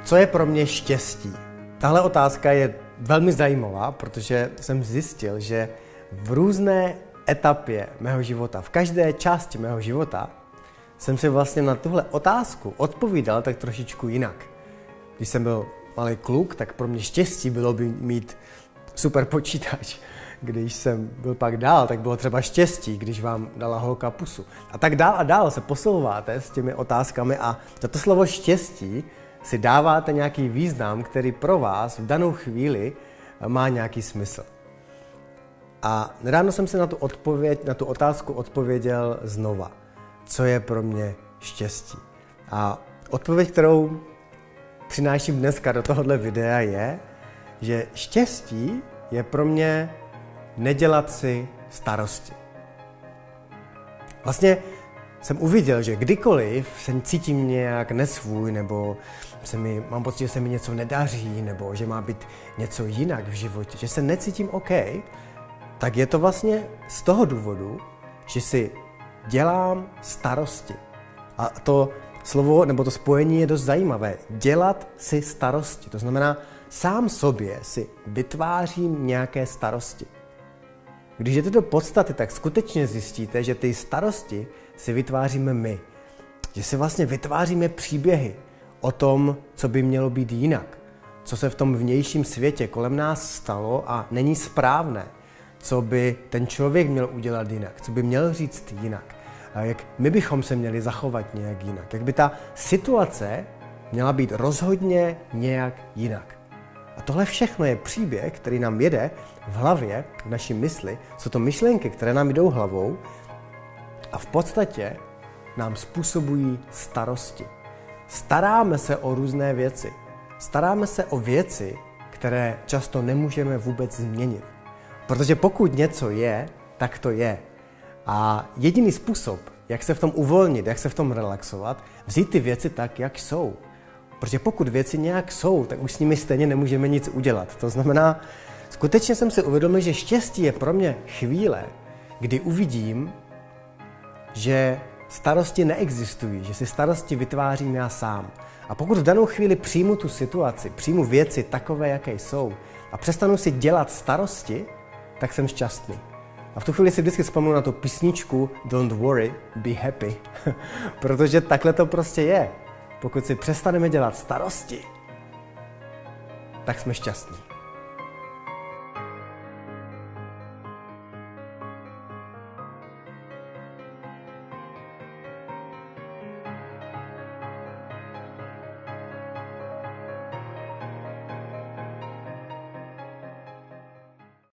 Co je pro mě štěstí? Tahle otázka je velmi zajímavá, protože jsem zjistil, že v různé etapě mého života, v každé části mého života, jsem si vlastně na tuhle otázku odpovídal tak trošičku jinak. Když jsem byl malý kluk, tak pro mě štěstí bylo by mít super počítač. Když jsem byl pak dál, tak bylo třeba štěstí, když vám dala holka pusu. A tak dál a dál se posouváte s těmi otázkami a za to slovo štěstí si dáváte nějaký význam, který pro vás v danou chvíli má nějaký smysl. A nedávno jsem se na tu otázku odpověděl znova. Co je pro mě štěstí? A odpověď, kterou přináším dneska do tohohle videa je, že štěstí je pro mě nedělat si starosti. Vlastně jsem uviděl, že kdykoliv se cítím nějak nesvůj, nebo mám pocit, že se mi něco nedaří, nebo že má být něco jinak v životě, že se necítím OK, tak je to vlastně z toho důvodu, že si dělám starosti. A to slovo nebo to spojení je dost zajímavé. Dělat si starosti. To znamená, sám sobě si vytvářím nějaké starosti. Když jdete do podstaty, tak skutečně zjistíte, že ty starosti si vytváříme my. Že si vlastně vytváříme příběhy o tom, co by mělo být jinak. Co se v tom vnějším světě kolem nás stalo a není správné. Co by ten člověk měl udělat jinak. Co by měl říct jinak. A jak my bychom se měli zachovat nějak jinak. Jak by ta situace měla být rozhodně nějak jinak. A tohle všechno je příběh, který nám jede v hlavě, v naší mysli. Jsou to myšlenky, které nám jdou hlavou a v podstatě nám způsobují starosti. Staráme se o různé věci. Staráme se o věci, které často nemůžeme vůbec změnit. Protože pokud něco je, tak to je. A jediný způsob, jak se v tom uvolnit, jak se v tom relaxovat, vzít ty věci tak, jak jsou. Protože pokud věci nějak jsou, tak už s nimi stejně nemůžeme nic udělat. To znamená, skutečně jsem si uvědomil, že štěstí je pro mě chvíle, kdy uvidím, že starosti neexistují, že si starosti vytvářím já sám. A pokud v danou chvíli přijmu tu situaci, přijmu věci takové, jaké jsou a přestanu si dělat starosti, tak jsem šťastný. A v tu chvíli si vždycky vzpomenu na tu písničku Don't worry, be happy. Protože takhle to prostě je. Pokud si přestaneme dělat starosti, tak jsme šťastní.